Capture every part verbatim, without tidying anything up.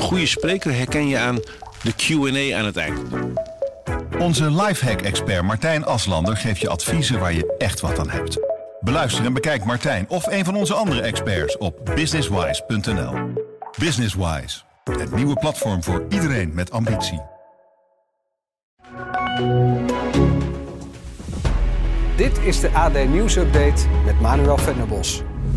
goede spreker herken je aan de Q en A aan het eind. Onze lifehack-expert Martijn Aslander geeft je adviezen waar je echt wat aan hebt. Beluister en bekijk Martijn of een van onze andere experts op businesswise punt n l. Businesswise, het nieuwe platform voor iedereen met ambitie. Dit is de A D Nieuws Update met Manuel Venderbos.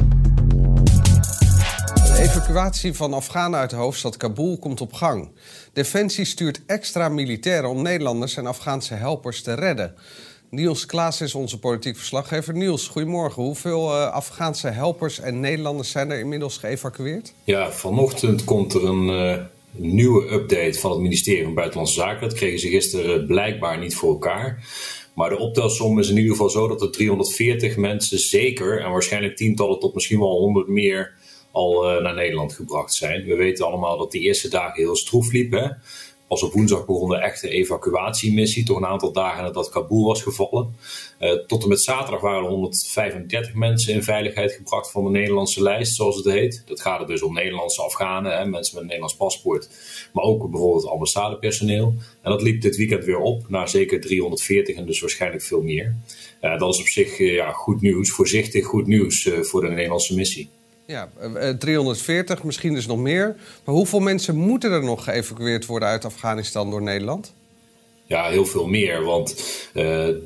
De evacuatie van Afghanen uit de hoofdstad Kabul komt op gang. Defensie stuurt extra militairen om Nederlanders en Afghaanse helpers te redden. Niels Klaas is onze politiek verslaggever. Niels, goedemorgen. Hoeveel uh, Afghaanse helpers en Nederlanders zijn er inmiddels geëvacueerd? Ja, vanochtend komt er een uh, nieuwe update van het ministerie van Buitenlandse Zaken. Dat kregen ze gisteren blijkbaar niet voor elkaar. Maar de optelsom is in ieder geval zo dat er driehonderdveertig mensen zeker, en waarschijnlijk tientallen tot misschien wel honderd meer, al uh, naar Nederland gebracht zijn. We weten allemaal dat die eerste dagen heel stroef liepen. Pas op woensdag begon de echte evacuatiemissie, toch een aantal dagen nadat Kabul was gevallen. Uh, tot en met zaterdag waren er honderdvijfendertig mensen in veiligheid gebracht van de Nederlandse lijst, zoals het heet. Dat gaat er dus om Nederlandse Afghanen, hè, mensen met een Nederlands paspoort, maar ook bijvoorbeeld ambassadepersoneel. En dat liep dit weekend weer op naar zeker driehonderdveertig en dus waarschijnlijk veel meer. Uh, dat is op zich uh, ja, goed nieuws, voorzichtig goed nieuws uh, voor de Nederlandse missie. Ja, driehonderdveertig, misschien dus nog meer. Maar hoeveel mensen moeten er nog geëvacueerd worden uit Afghanistan door Nederland? Ja, heel veel meer, want uh,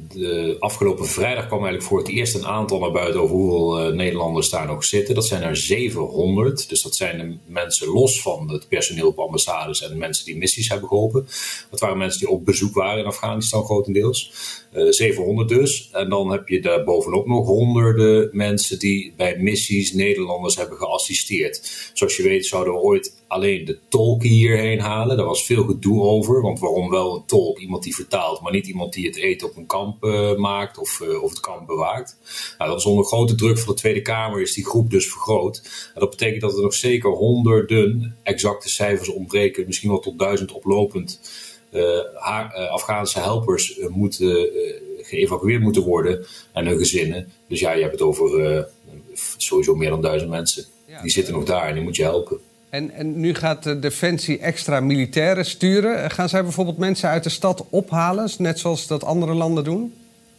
de afgelopen vrijdag kwam eigenlijk voor het eerst een aantal naar buiten over hoeveel uh, Nederlanders daar nog zitten. Dat zijn er zevenhonderd, dus dat zijn de mensen los van het personeel op ambassades en de mensen die missies hebben geholpen. Dat waren mensen die op bezoek waren in Afghanistan grotendeels. Uh, zevenhonderd dus. En dan heb je daar bovenop nog honderden mensen die bij missies Nederlanders hebben geassisteerd. Zoals je weet zouden we ooit alleen de tolken hierheen halen. Daar was veel gedoe over, want waarom wel een tolk? Iemand die vertaalt, maar niet iemand die het eten op een kamp uh, maakt of, uh, of het kamp bewaakt. Nou, dat is onder grote druk van de Tweede Kamer is die groep dus vergroot. En dat betekent dat er nog zeker honderden exacte cijfers ontbreken, misschien wel tot duizend oplopend. Uh, haar, uh, Afghaanse helpers uh, moeten uh, geëvacueerd moeten worden en hun gezinnen. Dus ja, je hebt het over uh, sowieso meer dan duizend mensen. Ja, die zitten nog daar en die moet je helpen. En, en nu gaat de Defensie extra militairen sturen. Gaan zij bijvoorbeeld mensen uit de stad ophalen, net zoals dat andere landen doen?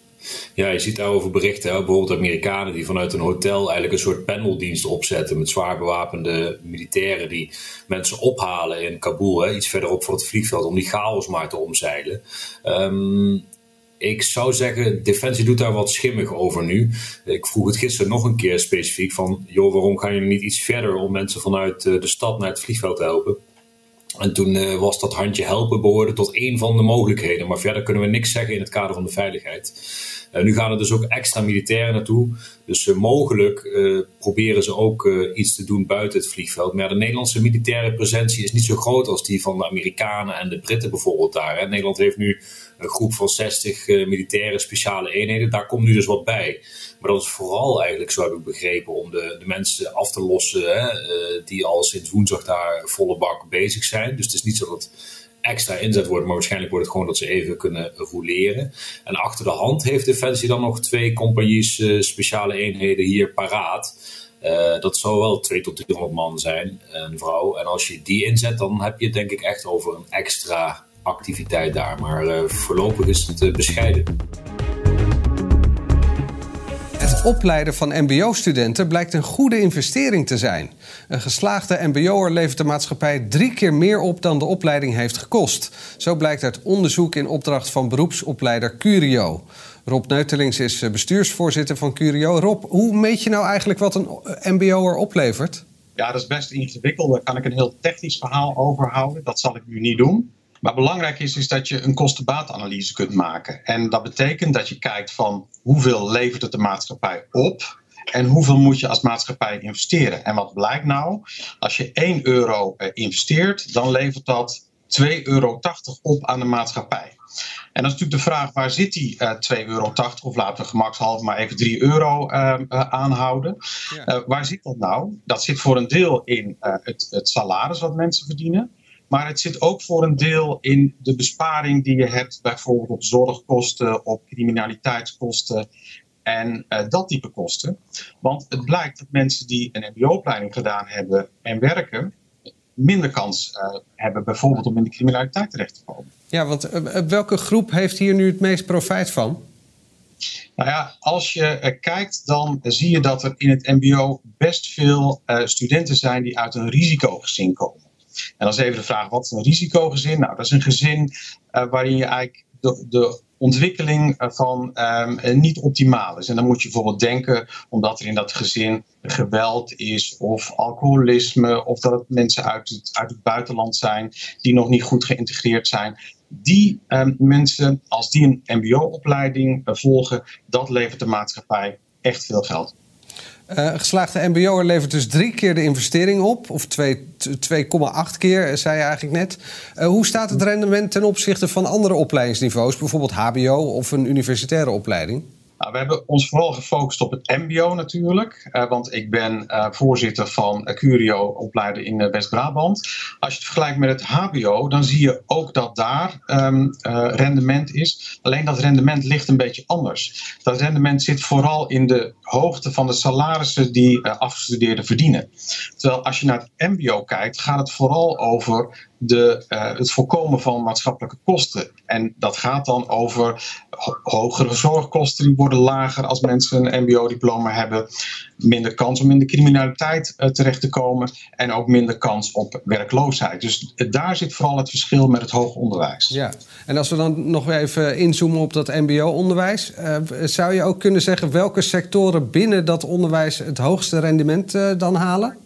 Ja, je ziet daarover berichten. Hè? Bijvoorbeeld Amerikanen die vanuit een hotel eigenlijk een soort paneldienst opzetten met zwaar bewapende militairen die mensen ophalen in Kabul, hè? Iets verderop van het vliegveld, om die chaos maar te omzeilen. Um, Ik zou zeggen, Defensie doet daar wat schimmig over nu. Ik vroeg het gisteren nog een keer specifiek van, joh, waarom gaan jullie niet iets verder om mensen vanuit de stad naar het vliegveld te helpen? En toen uh, was dat handje helpen behoorde tot één van de mogelijkheden. Maar verder kunnen we niks zeggen in het kader van de veiligheid. Uh, nu gaan er dus ook extra militairen naartoe. Dus uh, mogelijk uh, proberen ze ook uh, iets te doen buiten het vliegveld. Maar ja, de Nederlandse militaire presentie is niet zo groot als die van de Amerikanen en de Britten bijvoorbeeld daar. Hè. Nederland heeft nu een groep van zestig uh, militaire speciale eenheden. Daar komt nu dus wat bij. Maar dat is vooral eigenlijk, zo heb ik begrepen, om de, de mensen af te lossen, hè, uh, die al sinds woensdag daar volle bak bezig zijn. Dus het is niet zo dat het extra inzet wordt, maar waarschijnlijk wordt het gewoon dat ze even kunnen roleren. En achter de hand heeft Defensie dan nog twee compagnies uh, speciale eenheden hier paraat. Uh, dat zou wel tweehonderd tot driehonderd man zijn, een vrouw. En als je die inzet, dan heb je het denk ik echt over een extra activiteit daar. Maar uh, voorlopig is het uh, bescheiden. Het opleiden van mbo-studenten blijkt een goede investering te zijn. Een geslaagde mbo'er levert de maatschappij drie keer meer op dan de opleiding heeft gekost. Zo blijkt uit onderzoek in opdracht van beroepsopleider Curio. Rob Neutelings is bestuursvoorzitter van Curio. Rob, hoe meet je nou eigenlijk wat een mbo'er oplevert? Ja, dat is best ingewikkeld. Daar kan ik een heel technisch verhaal over houden. Dat zal ik nu niet doen. Maar belangrijk is, is dat je een kosten-baatanalyse kunt maken. En dat betekent dat je kijkt van hoeveel levert het de maatschappij op en hoeveel moet je als maatschappij investeren. En wat blijkt nou? Als je één euro investeert, dan levert dat twee euro tachtig op aan de maatschappij. En dan is natuurlijk de vraag, waar zit die uh, twee euro tachtig of laten we gemakshalve maar even drie euro uh, uh, aanhouden. Ja. Uh, waar zit dat nou? Dat zit voor een deel in uh, het, het salaris wat mensen verdienen. Maar het zit ook voor een deel in de besparing die je hebt, bijvoorbeeld op zorgkosten, op criminaliteitskosten en uh, dat type kosten. Want het blijkt dat mensen die een mbo-opleiding gedaan hebben en werken, minder kans uh, hebben bijvoorbeeld om in de criminaliteit terecht te komen. Ja, want uh, welke groep heeft hier nu het meest profijt van? Nou ja, als je uh, kijkt, dan uh, zie je dat er in het mbo best veel uh, studenten zijn die uit een risicogezin komen. En dan is even de vraag, wat is een risicogezin? Nou, dat is een gezin uh, waarin je eigenlijk de, de ontwikkeling van um, niet optimaal is. En dan moet je bijvoorbeeld denken, omdat er in dat gezin geweld is of alcoholisme, of dat het mensen uit het, uit het buitenland zijn die nog niet goed geïntegreerd zijn. Die um, mensen, als die een mbo-opleiding uh, volgen, dat levert de maatschappij echt veel geld. Uh, geslaagde mbo'er levert dus drie keer de investering op. Of twee komma acht keer, zei je eigenlijk net. Uh, hoe staat het rendement ten opzichte van andere opleidingsniveaus? Bijvoorbeeld hbo of een universitaire opleiding? Nou, we hebben ons vooral gefocust op het mbo natuurlijk. Uh, want ik ben uh, voorzitter van uh, Curio opleider in uh, West-Brabant. Als je het vergelijkt met het hbo, dan zie je ook dat daar um, uh, rendement is. Alleen dat rendement ligt een beetje anders. Dat rendement zit vooral in de hoogte van de salarissen die uh, afgestudeerden verdienen. Terwijl als je naar het mbo kijkt, gaat het vooral over de, uh, het voorkomen van maatschappelijke kosten. En dat gaat dan over ho- hogere zorgkosten, die worden lager als mensen een mbo-diploma hebben. Minder kans om in de criminaliteit uh, terecht te komen. En ook minder kans op werkloosheid. Dus uh, daar zit vooral het verschil met het hoger onderwijs. Ja, en als we dan nog even inzoomen op dat mbo-onderwijs. Uh, zou je ook kunnen zeggen welke sectoren binnen dat onderwijs het hoogste rendement uh, dan halen?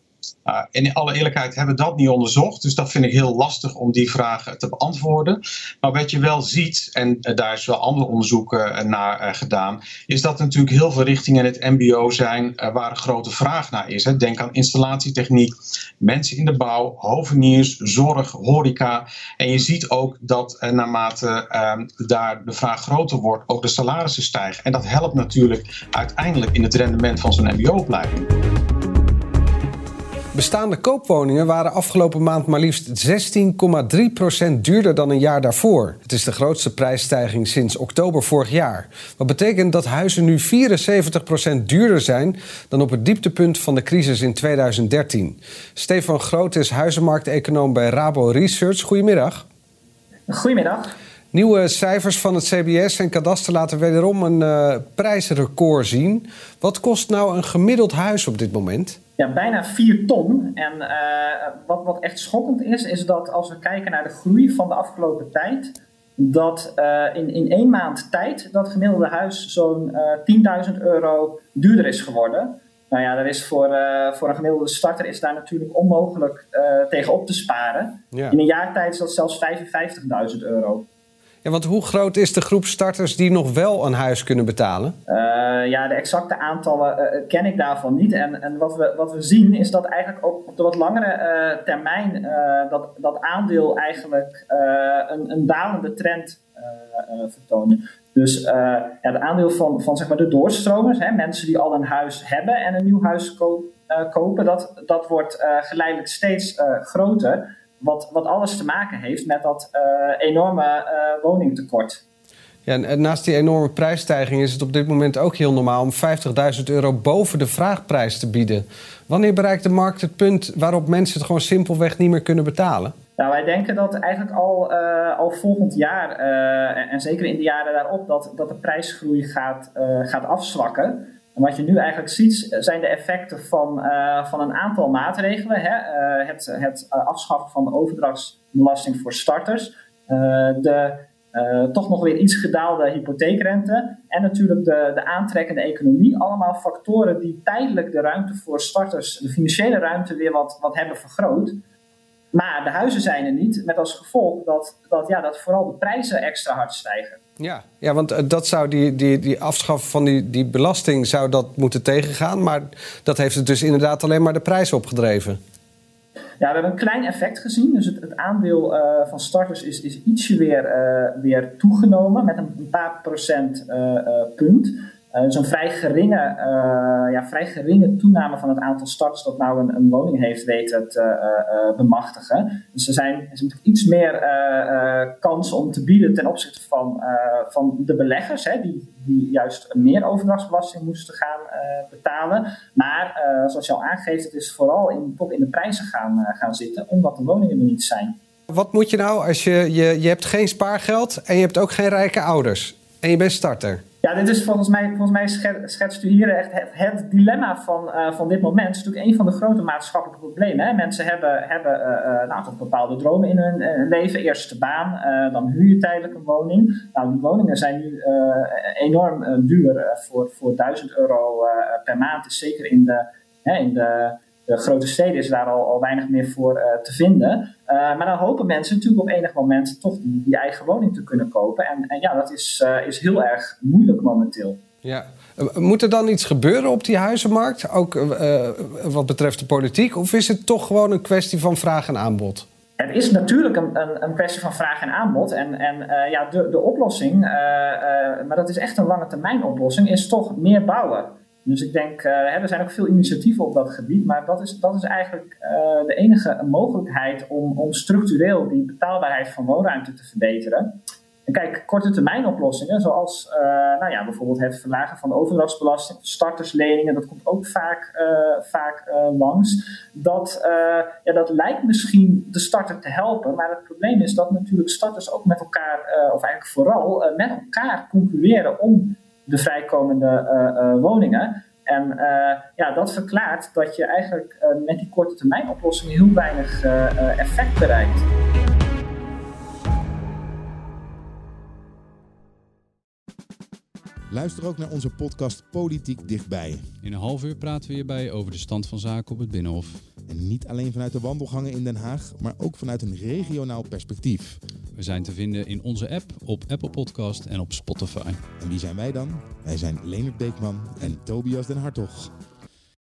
Uh, in alle eerlijkheid hebben we dat niet onderzocht. Dus dat vind ik heel lastig om die vraag te beantwoorden. Maar wat je wel ziet, en uh, daar is wel andere onderzoeken uh, naar uh, gedaan, is dat er natuurlijk heel veel richtingen in het mbo zijn uh, waar een grote vraag naar is. Hè. Denk aan installatietechniek, mensen in de bouw, hoveniers, zorg, horeca. En je ziet ook dat uh, naarmate uh, daar de vraag groter wordt, ook de salarissen stijgen. En dat helpt natuurlijk uiteindelijk in het rendement van zo'n mbo-opleiding. Bestaande koopwoningen waren afgelopen maand maar liefst zestien komma drie procent duurder dan een jaar daarvoor. Het is de grootste prijsstijging sinds oktober vorig jaar. Wat betekent dat huizen nu vierenzeventig procent duurder zijn dan op het dieptepunt van de crisis in tweeduizend dertien. Stefan Groot is huizenmarkteconoom bij Rabo Research. Goedemiddag. Goedemiddag. Nieuwe cijfers van het C B S en Kadaster laten wederom een uh, prijsrecord zien. Wat kost nou een gemiddeld huis op dit moment? Ja, bijna vier ton. En uh, wat, wat echt schokkend is, is dat als we kijken naar de groei van de afgelopen tijd, dat uh, in, in één maand tijd dat gemiddelde huis zo'n uh, tienduizend euro duurder is geworden. Nou ja, dat is voor, uh, voor een gemiddelde starter is daar natuurlijk onmogelijk uh, tegen op te sparen. Ja. In een jaar tijd is dat zelfs vijfenvijftigduizend euro. Ja, want hoe groot is de groep starters die nog wel een huis kunnen betalen? Uh, ja, de exacte aantallen uh, ken ik daarvan niet. En, en wat, we, wat we zien is dat eigenlijk ook op de wat langere uh, termijn uh, dat, dat aandeel eigenlijk uh, een, een dalende trend uh, uh, vertoont. Dus uh, ja, het aandeel van, van zeg maar de doorstromers, hè, mensen die al een huis hebben en een nieuw huis ko- uh, kopen, dat, dat wordt uh, geleidelijk steeds uh, groter. Wat, wat alles te maken heeft met dat uh, enorme uh, woningtekort. Ja, en naast die enorme prijsstijging is het op dit moment ook heel normaal om vijftigduizend euro boven de vraagprijs te bieden. Wanneer bereikt de markt het punt waarop mensen het gewoon simpelweg niet meer kunnen betalen? Nou, wij denken dat eigenlijk al, uh, al volgend jaar, uh, en, en zeker in de jaren daarop, dat, dat de prijsgroei gaat, uh, gaat afzwakken. En wat je nu eigenlijk ziet, zijn de effecten van, uh, van een aantal maatregelen. Hè? Uh, het het uh, afschaffen van de overdrachtsbelasting voor starters. Uh, de uh, toch nog weer iets gedaalde hypotheekrente. En natuurlijk de, de aantrekkende economie. Allemaal factoren die tijdelijk de ruimte voor starters, de financiële ruimte, weer wat, wat hebben vergroot. Maar de huizen zijn er niet, met als gevolg dat, dat, ja, dat vooral de prijzen extra hard stijgen. Ja, ja, want dat zou die, die, die afschaffen van die, die belasting zou dat moeten tegengaan. Maar dat heeft het dus inderdaad alleen maar de prijs opgedreven. Ja, we hebben een klein effect gezien. Dus het, het aandeel uh, van starters is, is ietsje weer, uh, weer toegenomen met een, een paar procent uh, uh, punt. Uh, dus een vrij geringe, uh, ja, vrij geringe toename van het aantal starters dat nou een, een woning heeft weten te uh, uh, bemachtigen. Dus er zijn, er zijn iets meer uh, uh, kansen om te bieden ten opzichte van, uh, van de beleggers, hè, die, die juist meer overdrachtsbelasting moesten gaan uh, betalen. Maar uh, zoals je al aangeeft, het is vooral in, toch in de prijzen gaan, uh, gaan zitten, omdat de woningen er niet zijn. Wat moet je nou als je, je, je hebt geen spaargeld en je hebt ook geen rijke ouders en je bent starter? Ja, dit is volgens mij, volgens mij schetst u hier echt het, het dilemma van, uh, van dit moment. Het is natuurlijk een van de grote maatschappelijke problemen. Hè? Mensen hebben, hebben uh, nou, toch bepaalde dromen in hun uh, leven. Eerst de baan, uh, dan huur je tijdelijk een woning. Nou, die woningen zijn nu uh, enorm uh, duur. Uh, voor, voor duizend euro uh, per maand is zeker in de... Hè, in de De grote steden is daar al, al weinig meer voor uh, te vinden. Uh, maar dan hopen mensen natuurlijk op enig moment toch die, die eigen woning te kunnen kopen. En, en ja, dat is, uh, is heel erg moeilijk momenteel. Ja. Moet er dan iets gebeuren op die huizenmarkt? Ook uh, wat betreft de politiek? Of is het toch gewoon een kwestie van vraag en aanbod? Het is natuurlijk een, een, een kwestie van vraag en aanbod. En, en uh, ja, de, de oplossing, uh, uh, maar dat is echt een lange termijn oplossing, is toch meer bouwen. Dus ik denk, uh, hè, er zijn ook veel initiatieven op dat gebied, maar dat is, dat is eigenlijk uh, de enige mogelijkheid om, om structureel die betaalbaarheid van woonruimte te verbeteren. En kijk, korte termijn oplossingen, zoals uh, nou ja, bijvoorbeeld het verlagen van de overdrachtsbelasting of startersleningen, dat komt ook vaak, uh, vaak uh, langs. Dat, uh, ja, dat lijkt misschien de starter te helpen, maar het probleem is dat natuurlijk starters ook met elkaar, uh, of eigenlijk vooral uh, met elkaar concurreren om de vrijkomende uh, uh, woningen. En uh, ja, dat verklaart dat je eigenlijk uh, met die korte termijn oplossingen heel weinig uh, uh, effect bereikt. Luister ook naar onze podcast Politiek Dichtbij. In een half uur praten we hierbij over de stand van zaken op het Binnenhof. En niet alleen vanuit de wandelgangen in Den Haag, maar ook vanuit een regionaal perspectief. We zijn te vinden in onze app, op Apple Podcast en op Spotify. En wie zijn wij dan? Wij zijn Leonard Beekman en Tobias den Hartog.